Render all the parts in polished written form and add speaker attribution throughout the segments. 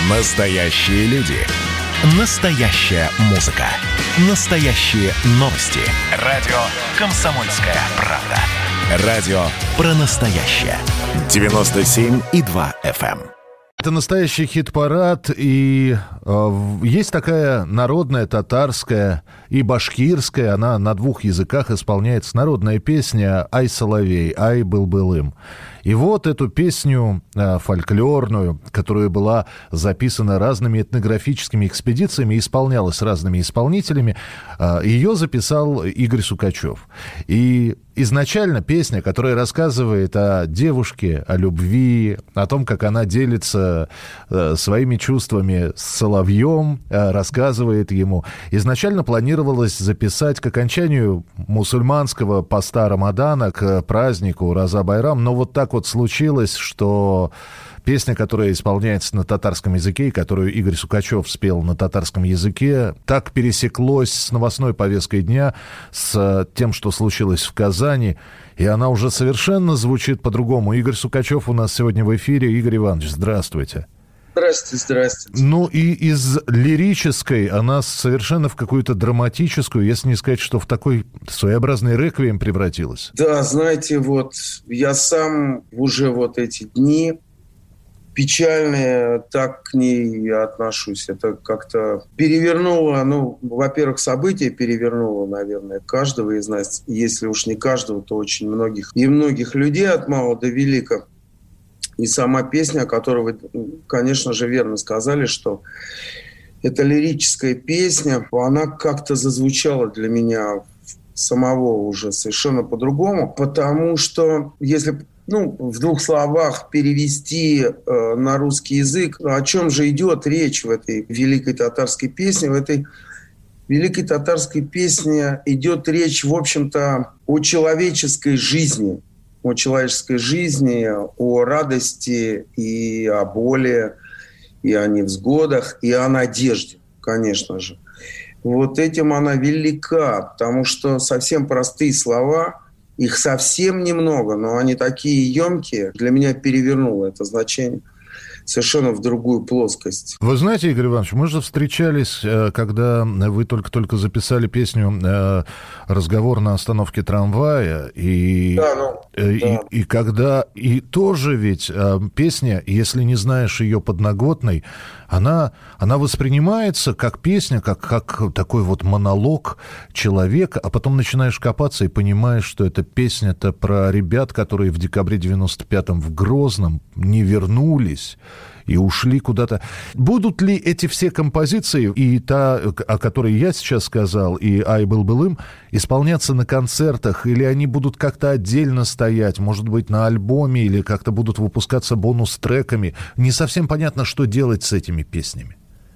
Speaker 1: Настоящие люди. Настоящая музыка. Настоящие новости. Радио «Комсомольская правда». Радио про настоящее. 97,2 FM.
Speaker 2: Это настоящий хит-парад, и есть такая народная, татарская и башкирская, она на двух языках исполняется, народная песня «Ай, соловей, ай, был-былым». И вот эту песню фольклорную, которая была записана разными этнографическими экспедициями, исполнялась разными исполнителями, ее записал Игорь Сукачев. И изначально песня, которая рассказывает о девушке, о любви, о том, как она делится своими чувствами с соловьем, рассказывает ему. Изначально планировалось записать к окончанию мусульманского поста Рамадана, к празднику Роза-Байрам, но вот так вот случилось, что песня, которая исполняется на татарском языке, и которую Игорь Сукачев спел на татарском языке, так пересеклось с новостной повесткой дня, с тем, что случилось в Казани, и она уже совершенно звучит по-другому. Игорь Сукачев у нас сегодня в эфире. Игорь Иванович, здравствуйте.
Speaker 3: Здравствуйте.
Speaker 2: Ну и из лирической она совершенно в какую-то драматическую, если не сказать, что в такой своеобразный реквием превратилась.
Speaker 3: Да, знаете, вот я сам уже вот эти дни печальные, так к ней отношусь. Это как-то перевернуло, во-первых, события перевернуло, наверное, каждого из нас. Если уж не каждого, то очень многих. И многих людей от мала до велика. И сама песня, о которой вы, конечно же, верно сказали, что это лирическая песня, она как-то зазвучала для меня самого уже совершенно по-другому, потому что если в двух словах перевести на русский язык, о чем же идет речь в этой великой татарской песне, в этой великой татарской песне идет речь, в общем-то, о человеческой жизни, о радости и о боли, и о невзгодах, и о надежде, конечно же. Вот этим она велика, потому что совсем простые слова, их совсем немного, но они такие емкие, для меня перевернуло это значение совершенно в другую плоскость.
Speaker 2: Вы знаете, Игорь Иванович, мы же встречались, когда вы только-только записали песню «Разговор на остановке трамвая», и когда... И тоже ведь песня, если не знаешь ее подноготной, она воспринимается как песня, как такой вот монолог человека, а потом начинаешь копаться и понимаешь, что эта песня-то про ребят, которые в декабре 95-м в Грозном не вернулись и ушли куда-то. Будут ли эти все композиции, и та, о которой я сейчас сказал, и «Ай, был-былым», исполняться на концертах, или они будут как-то отдельно стоять, может быть, на альбоме, или как-то будут выпускаться бонус-треками? Не совсем понятно, что делать с этими песнями.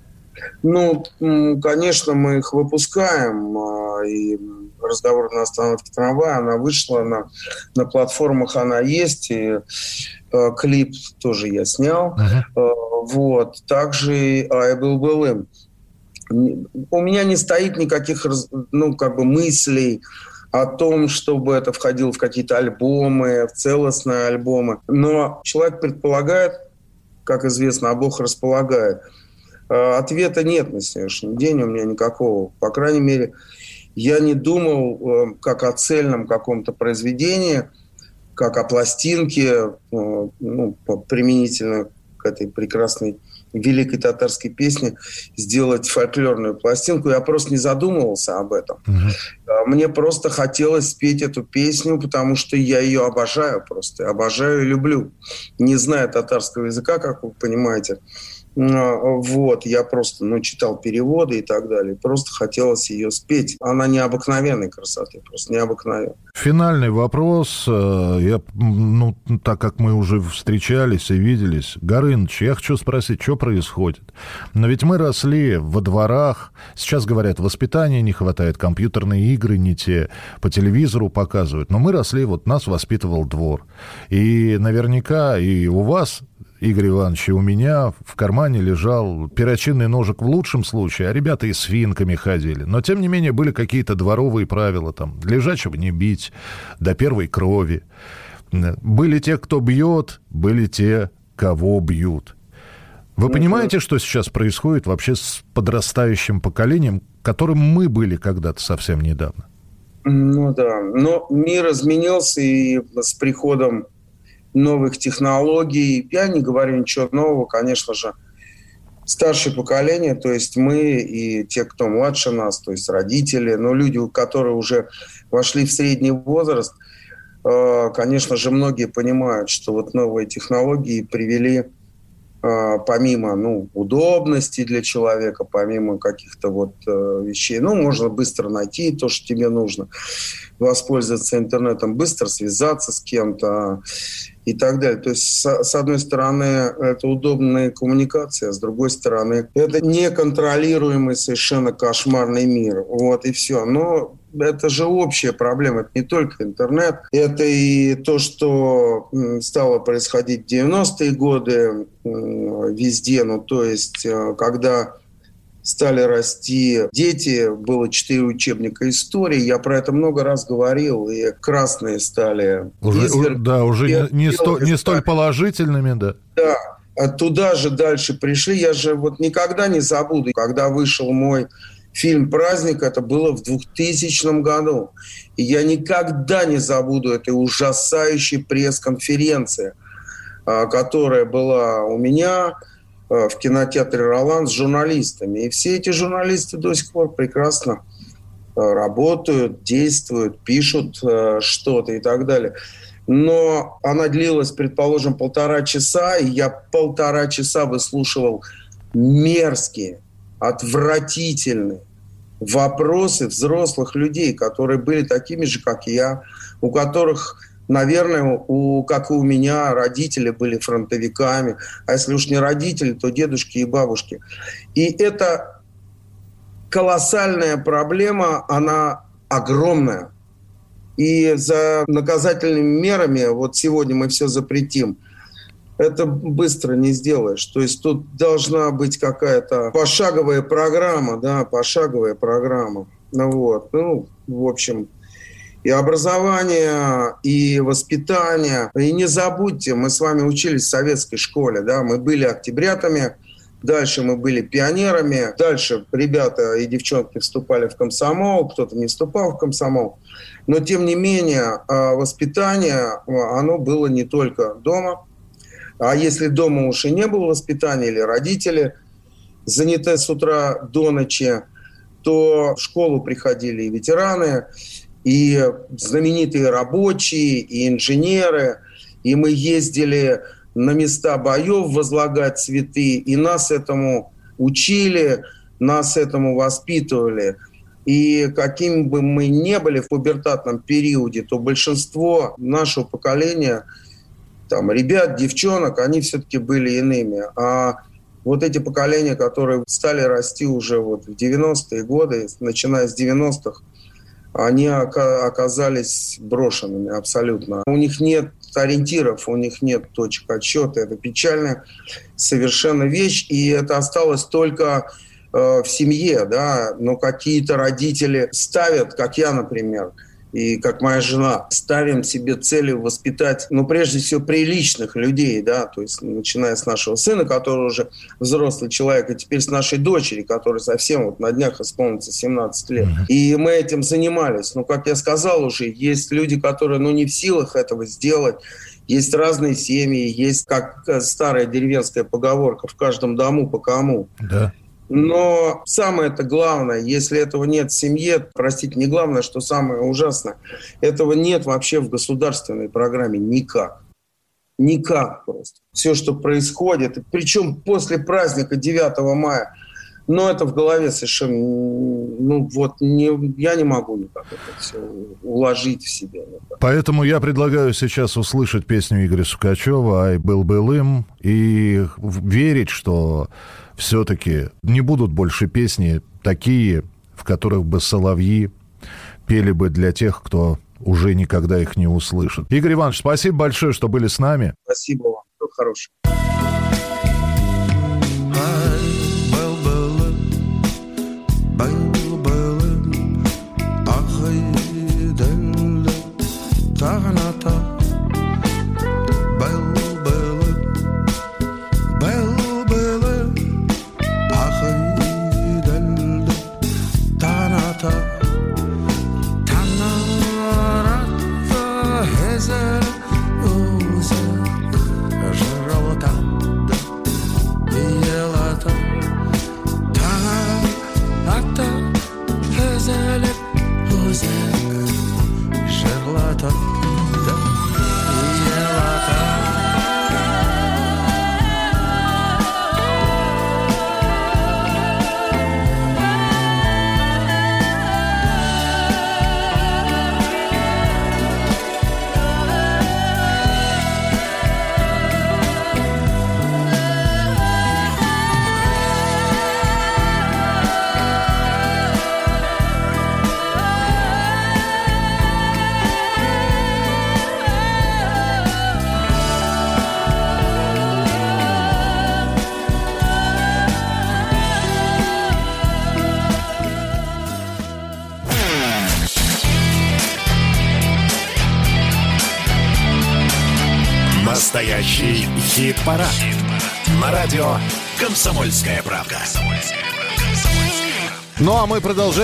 Speaker 3: Конечно, мы их выпускаем, и «Разговор на остановке трамвая», она вышла, на платформах она есть, и клип тоже я снял. Вот. Также «Ай, был-былым». У меня не стоит никаких мыслей о том, чтобы это входило в какие-то альбомы, в целостные альбомы. Но человек предполагает, как известно, а Бог располагает. Ответа нет на сегодняшний день у меня никакого. По крайней мере, я не думал как о цельном каком-то произведении, как о пластинке, применительно к этой прекрасной великой татарской песне, сделать фольклорную пластинку. Я просто не задумывался об этом. Мне просто хотелось спеть эту песню, потому что я ее обожаю просто. Обожаю и люблю. Не зная татарского языка, как вы понимаете. Вот, я просто читал переводы и так далее. Просто хотелось ее спеть. Она необыкновенной красоты, просто необыкновенной.
Speaker 2: Финальный вопрос. Так как мы уже встречались и виделись, Горыныч, я хочу спросить, что происходит? Но ведь мы росли во дворах. Сейчас говорят, воспитания не хватает, компьютерные игры не те, по телевизору показывают. Но мы росли, нас воспитывал двор. И наверняка и у вас, Игорь Иванович, и у меня в кармане лежал перочинный ножик в лучшем случае, а ребята и с финками ходили. Но, тем не менее, были какие-то дворовые правила, лежачего не бить, до первой крови. Были те, кто бьет, были те, кого бьют. Вы понимаете, что сейчас происходит вообще с подрастающим поколением, которым мы были когда-то совсем недавно?
Speaker 3: Ну да, но мир изменился, и с приходом новых технологий, я не говорю ничего нового, конечно же, старшее поколение, то есть мы и те, кто младше нас, то есть родители, но люди, которые уже вошли в средний возраст, конечно же, многие понимают, что вот новые технологии привели помимо удобности для человека, помимо каких-то вещей, можно быстро найти то, что тебе нужно, воспользоваться интернетом, быстро связаться с кем-то и так далее. То есть, с одной стороны, это удобная коммуникация, с другой стороны, это неконтролируемый совершенно кошмарный мир. Вот и все. Но это же общая проблема, это не только интернет, это и то, что стало происходить в 90-е годы везде, то есть когда стали расти дети, было 4 учебника истории, я про это много раз говорил, и красные стали...
Speaker 2: Уже не столь положительными, да.
Speaker 3: Да, туда же дальше пришли, я же никогда не забуду, когда вышел мой фильм «Праздник», это было в 2000 году. И я никогда не забуду этой ужасающей пресс-конференции, которая была у меня в кинотеатре «Ролан» с журналистами. И все эти журналисты до сих пор прекрасно работают, действуют, пишут что-то и так далее. Но она длилась, предположим, 1,5 часа, и я 1,5 часа выслушивал мерзкие, отвратительные вопросы взрослых людей, которые были такими же, как я, у которых, наверное, как и у меня, родители были фронтовиками, а если уж не родители, то дедушки и бабушки. И это колоссальная проблема, она огромная. И за наказательными мерами, сегодня мы все запретим, это быстро не сделаешь. То есть тут должна быть какая-то пошаговая программа, пошаговая программа. В общем, и образование, и воспитание. И не забудьте, мы с вами учились в советской школе, мы были октябрятами, дальше мы были пионерами, дальше ребята и девчонки вступали в комсомол, кто-то не вступал в комсомол. Но, тем не менее, воспитание, оно было не только дома. А если дома уж и не было воспитания, или родители заняты с утра до ночи, то в школу приходили и ветераны, и знаменитые рабочие, и инженеры. И мы ездили на места боев возлагать цветы, и нас этому учили, нас этому воспитывали. И какими бы мы ни были в пубертатном периоде, то большинство нашего поколения, ребят, девчонок, они все-таки были иными. А эти поколения, которые стали расти уже в 90-е годы, начиная с 90-х, они оказались брошенными абсолютно. У них нет ориентиров, у них нет точек отсчета. Это печальная совершенно вещь, и это осталось только в семье, но какие-то родители ставят, как я, например, и как моя жена, ставим себе целью воспитать, прежде всего, приличных людей, то есть начиная с нашего сына, который уже взрослый человек, и теперь с нашей дочери, которой совсем на днях исполнится 17 лет. И мы этим занимались. Как я сказал уже, есть люди, которые, не в силах этого сделать. Есть разные семьи, есть, как старая деревенская поговорка, в каждом дому по кому.
Speaker 2: Да.
Speaker 3: Но самое-то главное, если этого нет в семье, не главное, что самое ужасное, этого нет вообще в государственной программе никак. Никак просто. Все, что происходит, причем после праздника 9 мая, это в голове совершенно, я не могу никак это все уложить в себе.
Speaker 2: Поэтому я предлагаю сейчас услышать песню Игоря Сукачева «Ай, был им» и верить, что все-таки не будут больше песни такие, в которых бы соловьи пели бы для тех, кто уже никогда их не услышит. Игорь Иванович, спасибо большое, что были с нами.
Speaker 3: Спасибо вам. Всего хорошего.
Speaker 4: Был
Speaker 1: Настоящий хит-парад. На радио «Комсомольская правда».
Speaker 2: Ну а мы продолжаем.